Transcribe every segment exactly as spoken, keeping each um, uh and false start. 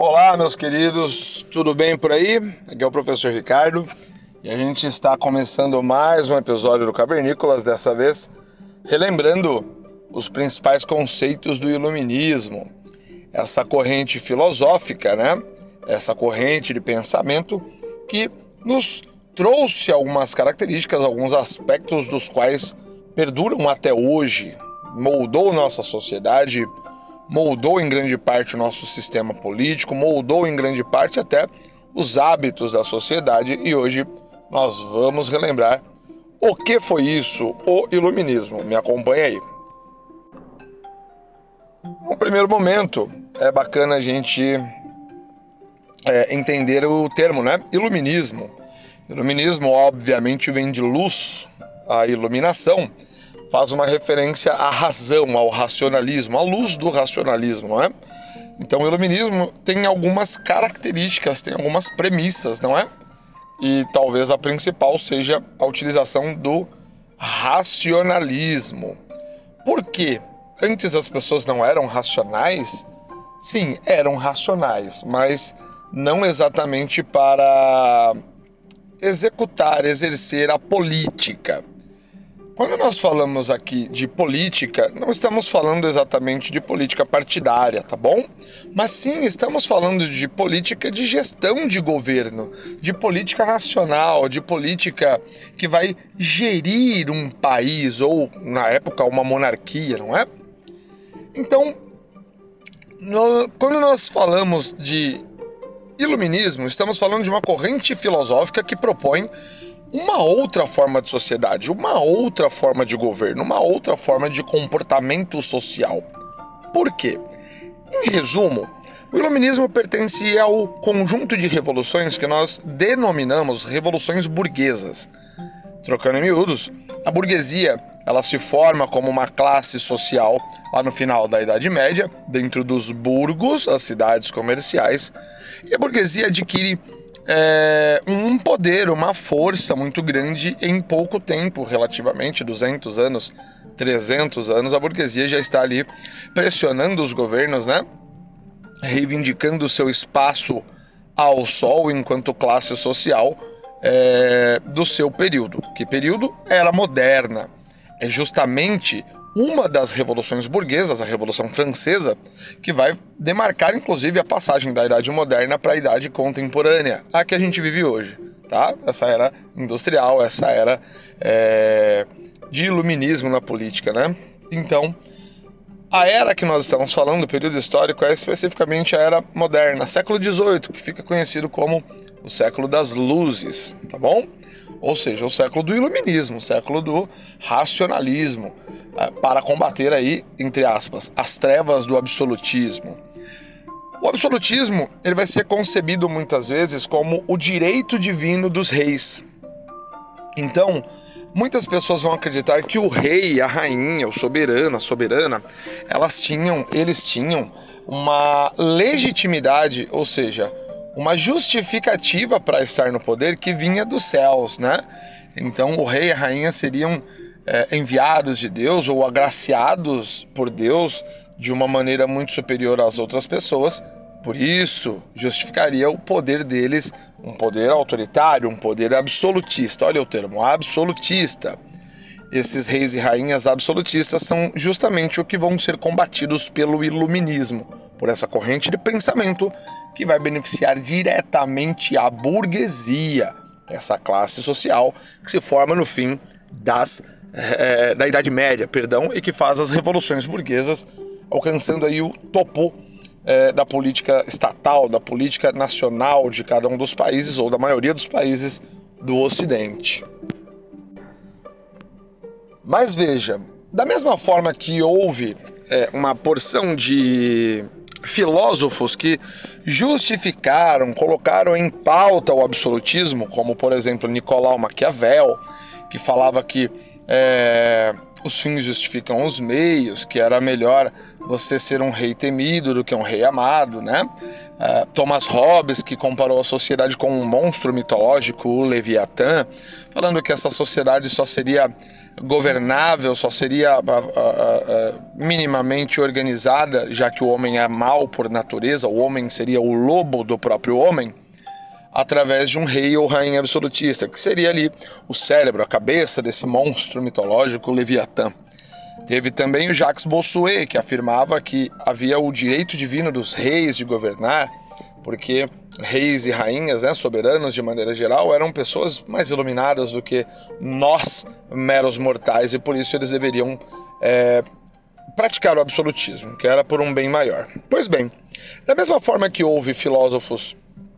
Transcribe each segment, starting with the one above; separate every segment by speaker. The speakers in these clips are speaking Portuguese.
Speaker 1: Olá, meus queridos, tudo bem por aí? Aqui é o professor Ricardo e a gente está começando mais um episódio do Cavernícolas, dessa vez relembrando os principais conceitos do iluminismo, essa corrente filosófica, né? Essa corrente de pensamento que nos trouxe algumas características, alguns aspectos dos quais perduram até hoje, moldou nossa sociedade, moldou em grande parte o nosso sistema político, moldou em grande parte até os hábitos da sociedade, e hoje nós vamos relembrar o que foi isso, o iluminismo. Me acompanha aí. No primeiro momento, é bacana a gente é, entender o termo, né? Iluminismo. Iluminismo, obviamente, vem de luz, a iluminação. Faz uma referência à razão, ao racionalismo, à luz do racionalismo, não é? Então o iluminismo tem algumas características, tem algumas premissas, não é? E talvez a principal seja a utilização do racionalismo. Por quê? Antes as pessoas não eram racionais? Sim, eram racionais, mas não exatamente para executar, exercer a política. Quando nós falamos aqui de política, não estamos falando exatamente de política partidária, tá bom? Mas sim, estamos falando de política de gestão de governo, de política nacional, de política que vai gerir um país, ou, na época, uma monarquia, não é? Então, no, quando nós falamos de iluminismo, estamos falando de uma corrente filosófica que propõe uma outra forma de sociedade, uma outra forma de governo, uma outra forma de comportamento social. Por quê? Em resumo, o iluminismo pertence ao conjunto de revoluções que nós denominamos revoluções burguesas. Trocando em miúdos, a burguesia ela se forma como uma classe social lá no final da Idade Média, dentro dos burgos, as cidades comerciais, e a burguesia adquire É um poder, uma força muito grande em pouco tempo, relativamente duzentos anos, trezentos anos. A burguesia já está ali pressionando os governos, né? Reivindicando o seu espaço ao sol enquanto classe social é, do seu período. Que período? Era moderna. É justamente uma das revoluções burguesas, a Revolução Francesa, que vai demarcar, inclusive, a passagem da Idade Moderna para a Idade Contemporânea, a que a gente vive hoje, tá? Essa era industrial, essa era é, de iluminismo na política, né? Então, a era que nós estamos falando, o período histórico, é especificamente a Era Moderna, século dezoito, que fica conhecido como o século das luzes, tá bom? Ou seja, o século do iluminismo, o século do racionalismo, para combater aí, entre aspas, as trevas do absolutismo. O absolutismo ele vai ser concebido muitas vezes como o direito divino dos reis. Então, muitas pessoas vão acreditar que o rei, a rainha, o soberano, a soberana, elas tinham, eles tinham uma legitimidade, ou seja, uma justificativa para estar no poder que vinha dos céus, né? Então o rei e a rainha seriam é, enviados de Deus ou agraciados por Deus de uma maneira muito superior às outras pessoas, por isso justificaria o poder deles, um poder autoritário, um poder absolutista. Olha o termo, absolutista. Esses reis e rainhas absolutistas são justamente o que vão ser combatidos pelo iluminismo, por essa corrente de pensamento que vai beneficiar diretamente a burguesia, essa classe social que se forma no fim das, é, da Idade Média, perdão, e que faz as revoluções burguesas, alcançando aí o topo é, da política estatal, da política nacional de cada um dos países, ou da maioria dos países do Ocidente. Mas veja, da mesma forma que houve é, uma porção de filósofos que justificaram, colocaram em pauta o absolutismo, como por exemplo Nicolau Maquiavel, que falava que é, os fins justificam os meios, que era melhor você ser um rei temido do que um rei amado, né? Uh, Thomas Hobbes, que comparou a sociedade com um monstro mitológico, o Leviatã, falando que essa sociedade só seria governável, só seria uh, uh, uh, minimamente organizada, já que o homem é mau por natureza, o homem seria o lobo do próprio homem, através de um rei ou rainha absolutista, que seria ali o cérebro, a cabeça desse monstro mitológico, o Leviatã. Teve também o Jacques Bossuet, que afirmava que havia o direito divino dos reis de governar, porque reis e rainhas, né, soberanos de maneira geral, eram pessoas mais iluminadas do que nós, meros mortais, e por isso eles deveriam é, praticar o absolutismo, que era por um bem maior. Pois bem, da mesma forma que houve filósofos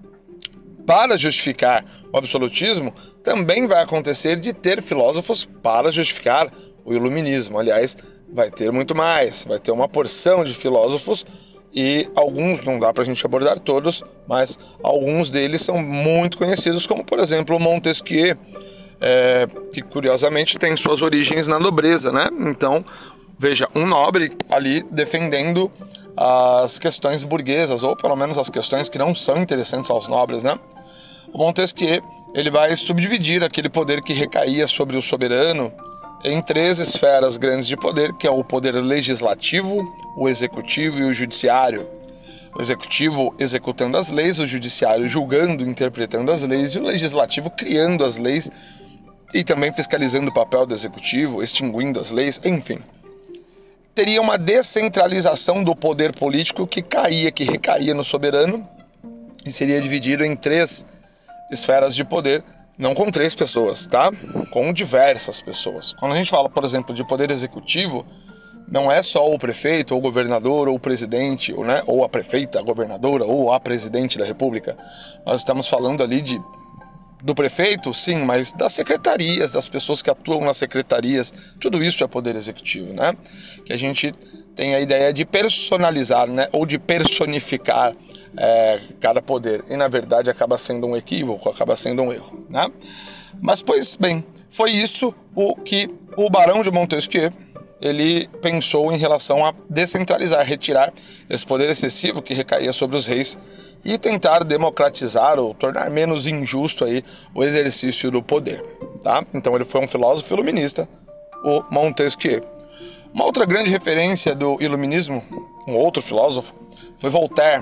Speaker 1: para justificar o absolutismo, também vai acontecer de ter filósofos para justificar o iluminismo. Aliás, vai ter muito mais, vai ter uma porção de filósofos e alguns, não dá para a gente abordar todos, mas alguns deles são muito conhecidos, como por exemplo Montesquieu, é, que curiosamente tem suas origens na nobreza, né? Então, veja, um nobre ali defendendo as questões burguesas, ou pelo menos as questões que não são interessantes aos nobres, né? O Montesquieu, ele vai subdividir aquele poder que recaía sobre o soberano em três esferas grandes de poder, que é o poder legislativo, o executivo e o judiciário. O executivo executando as leis, o judiciário julgando, interpretando as leis, e o legislativo criando as leis e também fiscalizando o papel do executivo, extinguindo as leis, enfim. Teria uma descentralização do poder político que caía, que recaía no soberano, e seria dividido em três esferas de poder, não com três pessoas, tá? Com diversas pessoas. Quando a gente fala, por exemplo, de poder executivo, não é só o prefeito, ou o governador, ou o presidente, ou, né, ou a prefeita, a governadora, ou a presidente da república. Nós estamos falando ali de do prefeito, sim, mas das secretarias, das pessoas que atuam nas secretarias, tudo isso é poder executivo, né? Que a gente tem a ideia de personalizar, né? Ou de personificar é, cada poder, e na verdade acaba sendo um equívoco, acaba sendo um erro, né? Mas, pois bem, foi isso o que o Barão de Montesquieu ele pensou em relação a descentralizar, retirar esse poder excessivo que recaía sobre os reis e tentar democratizar ou tornar menos injusto aí o exercício do poder, tá? Então ele foi um filósofo iluminista, o Montesquieu. Uma outra grande referência do iluminismo, um outro filósofo, foi Voltaire.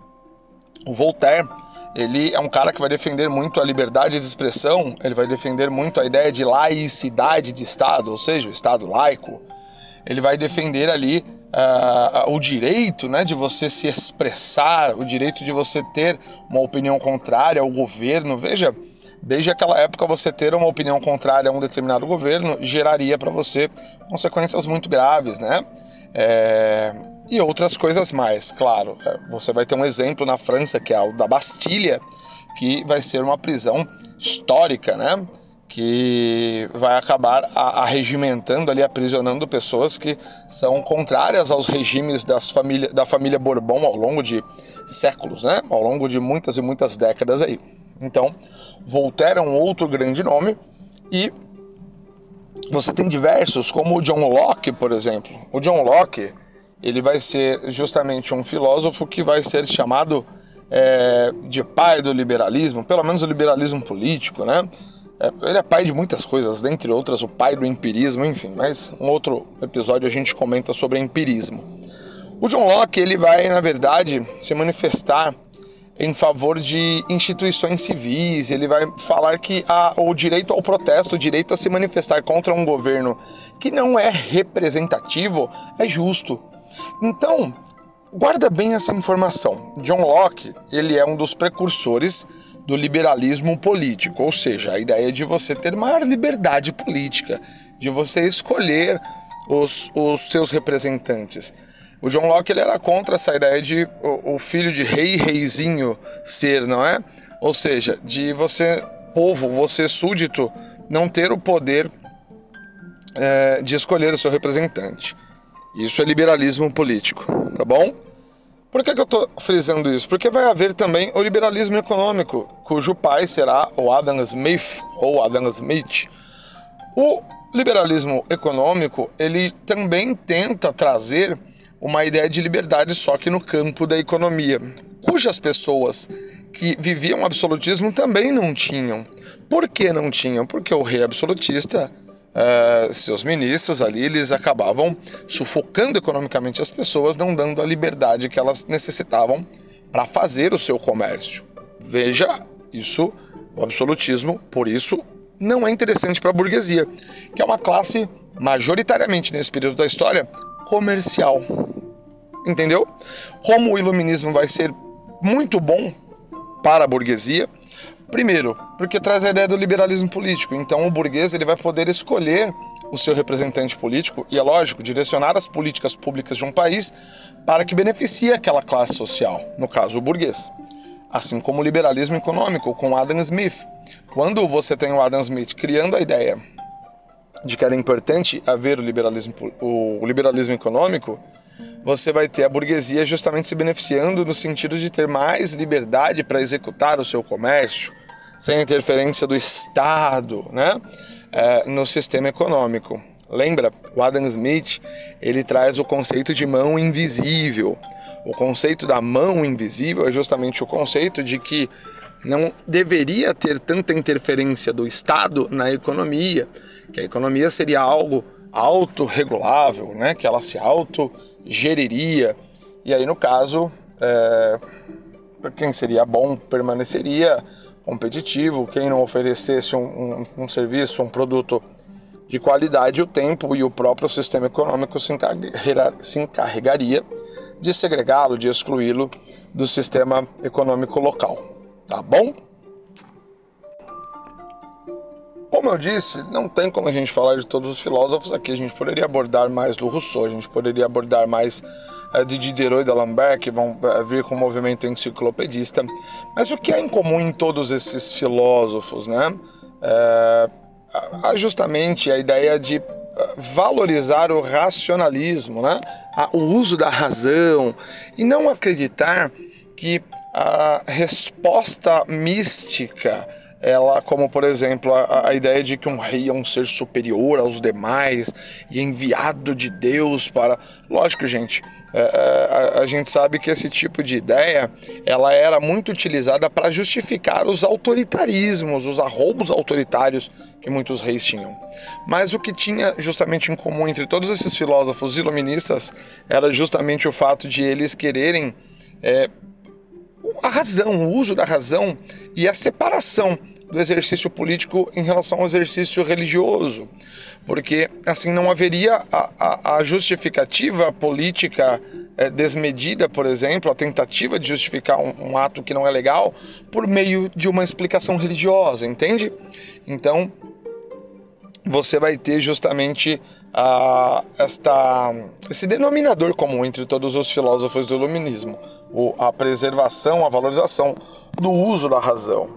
Speaker 1: O Voltaire, ele é um cara que vai defender muito a liberdade de expressão, ele vai defender muito a ideia de laicidade de Estado, ou seja, o Estado laico. Ele vai defender ali uh, o direito, né, de você se expressar, o direito de você ter uma opinião contrária ao governo. Veja, desde aquela época você ter uma opinião contrária a um determinado governo geraria para você consequências muito graves, né? É... E outras coisas mais, claro. Você vai ter um exemplo na França, que é o da Bastilha, que vai ser uma prisão histórica, né? Que vai acabar arregimentando ali, aprisionando pessoas que são contrárias aos regimes das família, da família Bourbon ao longo de séculos, né? Ao longo de muitas e muitas décadas aí. Então, Voltaire é um outro grande nome, e você tem diversos, como o John Locke, por exemplo. O John Locke, ele vai ser justamente um filósofo que vai ser chamado é, de pai do liberalismo, pelo menos o liberalismo político, né? Ele é pai de muitas coisas, dentre outras o pai do empirismo, enfim, mas um outro episódio a gente comenta sobre empirismo. O John Locke, ele vai, na verdade, se manifestar em favor de instituições civis, ele vai falar que há o direito ao protesto, o direito a se manifestar contra um governo que não é representativo, é justo. Então, guarda bem essa informação. John Locke, ele é um dos precursores do liberalismo político, ou seja, a ideia de você ter maior liberdade política, de você escolher os, os seus representantes. O John Locke, ele era contra essa ideia de o, o filho de rei reizinho ser, não é? Ou seja, de você, povo, você súdito, não ter o poder é, de escolher o seu representante. Isso é liberalismo político, tá bom? Por que que eu estou frisando isso? Porque vai haver também o liberalismo econômico, cujo pai será o Adam Smith, ou Adam Smith. O O liberalismo econômico, ele também tenta trazer uma ideia de liberdade, só que no campo da economia, cujas pessoas que viviam o absolutismo também não tinham. Por que não tinham? Porque o rei absolutista, uh, seus ministros ali, eles acabavam sufocando economicamente as pessoas, não dando a liberdade que elas necessitavam para fazer o seu comércio. Veja, isso, o absolutismo, por isso, não é interessante para a burguesia, que é uma classe, majoritariamente nesse período da história, comercial. Entendeu? Como o iluminismo vai ser muito bom para a burguesia? Primeiro, porque traz a ideia do liberalismo político. Então o burguês ele vai poder escolher o seu representante político e, é lógico, direcionar as políticas públicas de um país para que beneficie aquela classe social, no caso o burguês. Assim como o liberalismo econômico, com Adam Smith. Quando você tem o Adam Smith criando a ideia de que era importante haver o liberalismo, o liberalismo econômico, você vai ter a burguesia justamente se beneficiando no sentido de ter mais liberdade para executar o seu comércio, sem interferência do Estado, né? É, no sistema econômico. Lembra? O Adam Smith, ele traz o conceito de mão invisível. O conceito da mão invisível é justamente o conceito de que não deveria ter tanta interferência do Estado na economia, que a economia seria algo autorregulável, né? Que ela se autogeriria. E aí, no caso, é, quem seria bom permaneceria competitivo, quem não oferecesse um, um, um serviço, um produto de qualidade, o tempo e o próprio sistema econômico se, encarregar, se encarregaria de segregá-lo, de excluí-lo do sistema econômico local. Tá bom? Como eu disse, não tem como a gente falar de todos os filósofos aqui. A gente poderia abordar mais do Rousseau, a gente poderia abordar mais uh, de Diderot e d'Alembert, que vão uh, vir com o movimento enciclopedista. Mas o que é em comum em todos esses filósofos, né? Uh, há justamente a ideia de valorizar o racionalismo, né? O uso da razão, e não acreditar que a resposta mística, ela, como por exemplo a, a ideia de que um rei é um ser superior aos demais e enviado de Deus para... Lógico, gente, é, a, a gente sabe que esse tipo de ideia ela era muito utilizada para justificar os autoritarismos, os arroubos autoritários que muitos reis tinham. Mas o que tinha justamente em comum entre todos esses filósofos iluministas era justamente o fato de eles quererem é, a razão, o uso da razão e a separação do exercício político em relação ao exercício religioso, porque assim não haveria a, a, a justificativa política é, desmedida, por exemplo, a tentativa de justificar um, um ato que não é legal por meio de uma explicação religiosa, entende? Então você vai ter justamente uh, esta, esse denominador comum entre todos os filósofos do iluminismo, o, a preservação, a valorização do uso da razão.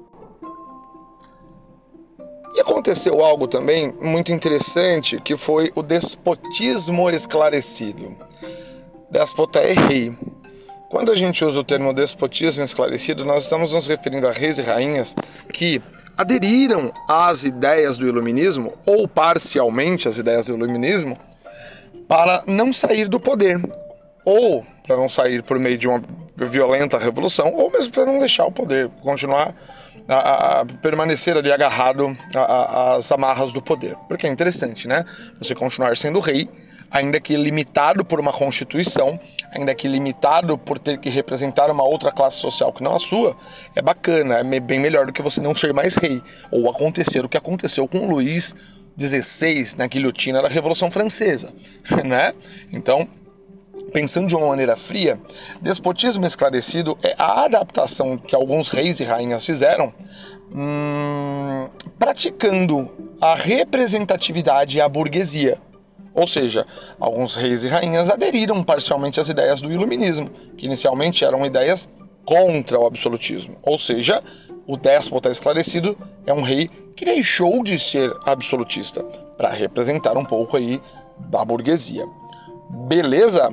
Speaker 1: E aconteceu algo também muito interessante, que foi o despotismo esclarecido. Déspota é rei. Quando a gente usa o termo despotismo esclarecido, nós estamos nos referindo a reis e rainhas que aderiram às ideias do iluminismo, ou parcialmente às ideias do iluminismo, para não sair do poder, ou para não sair por meio de uma violenta revolução, ou mesmo para não deixar o poder, continuar a, a, a permanecer ali agarrado às amarras do poder. Porque é interessante, né? Você continuar sendo rei, ainda que limitado por uma constituição, ainda que limitado por ter que representar uma outra classe social que não a sua, é bacana, é bem melhor do que você não ser mais rei, ou acontecer o que aconteceu com Luís dezesseis na guilhotina da Revolução Francesa, né? Então, pensando de uma maneira fria, despotismo esclarecido é a adaptação que alguns reis e rainhas fizeram, hum, praticando a representatividade à burguesia. Ou seja, alguns reis e rainhas aderiram parcialmente às ideias do iluminismo, que inicialmente eram ideias contra o absolutismo. Ou seja, o déspota esclarecido é um rei que deixou de ser absolutista para representar um pouco aí da burguesia. Beleza?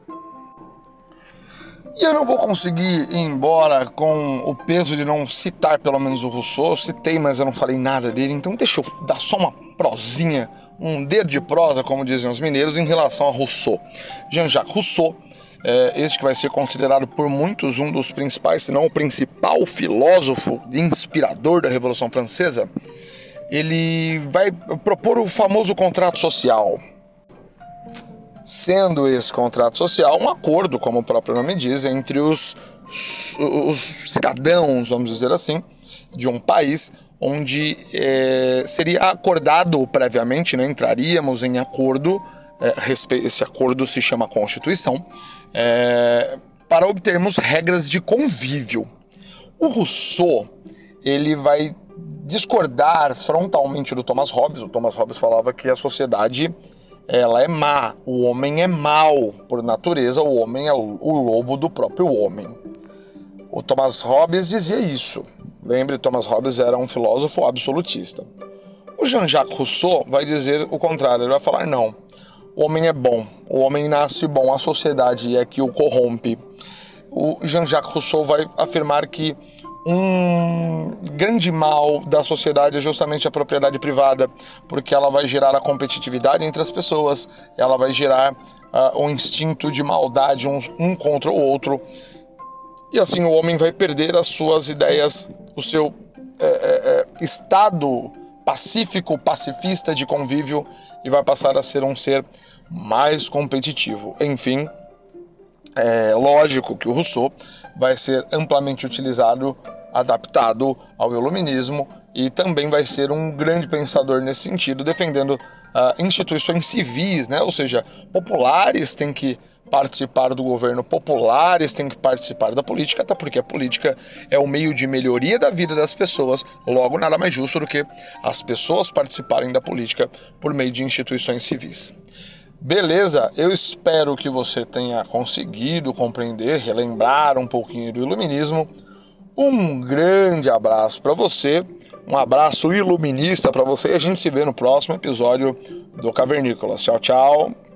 Speaker 1: E eu não vou conseguir ir embora com o peso de não citar pelo menos o Rousseau. Eu citei, mas eu não falei nada dele, então deixa eu dar só uma prosinha, um dedo de prosa, como dizem os mineiros, em relação a Rousseau. Jean-Jacques Rousseau, é, este que vai ser considerado por muitos um dos principais, se não o principal filósofo e inspirador da Revolução Francesa, ele vai propor o famoso contrato social. Sendo esse contrato social um acordo, como o próprio nome diz, entre os, os cidadãos, vamos dizer assim, de um país onde é, seria acordado previamente, né, entraríamos em acordo, é, esse acordo se chama Constituição, é, para obtermos regras de convívio. O Rousseau, ele vai discordar frontalmente do Thomas Hobbes. O Thomas Hobbes falava que a sociedade ela é má, o homem é mau por natureza, o homem é o lobo do próprio homem. O Thomas Hobbes dizia isso. Lembre, Thomas Hobbes era um filósofo absolutista. O Jean-Jacques Rousseau vai dizer o contrário, ele vai falar não, o homem é bom, o homem nasce bom, a sociedade é que o corrompe. O Jean-Jacques Rousseau vai afirmar que um grande mal da sociedade é justamente a propriedade privada, porque ela vai gerar a competitividade entre as pessoas, ela vai gerar uh, um instinto de maldade um, um contra o outro, e assim o homem vai perder as suas ideias, o seu é, é, estado pacífico, pacifista de convívio, e vai passar a ser um ser mais competitivo. Enfim, é lógico que o Rousseau vai ser amplamente utilizado, adaptado ao iluminismo, e também vai ser um grande pensador nesse sentido, defendendo uh, instituições civis, né? Ou seja, populares têm que participar do governo, populares têm que participar da política, até porque a política é o meio de melhoria da vida das pessoas, logo nada mais justo do que as pessoas participarem da política por meio de instituições civis. Beleza, eu espero que você tenha conseguido compreender, relembrar um pouquinho do iluminismo. Um grande abraço para você, um abraço iluminista para você, e a gente se vê no próximo episódio do Cavernícolas. Tchau, tchau.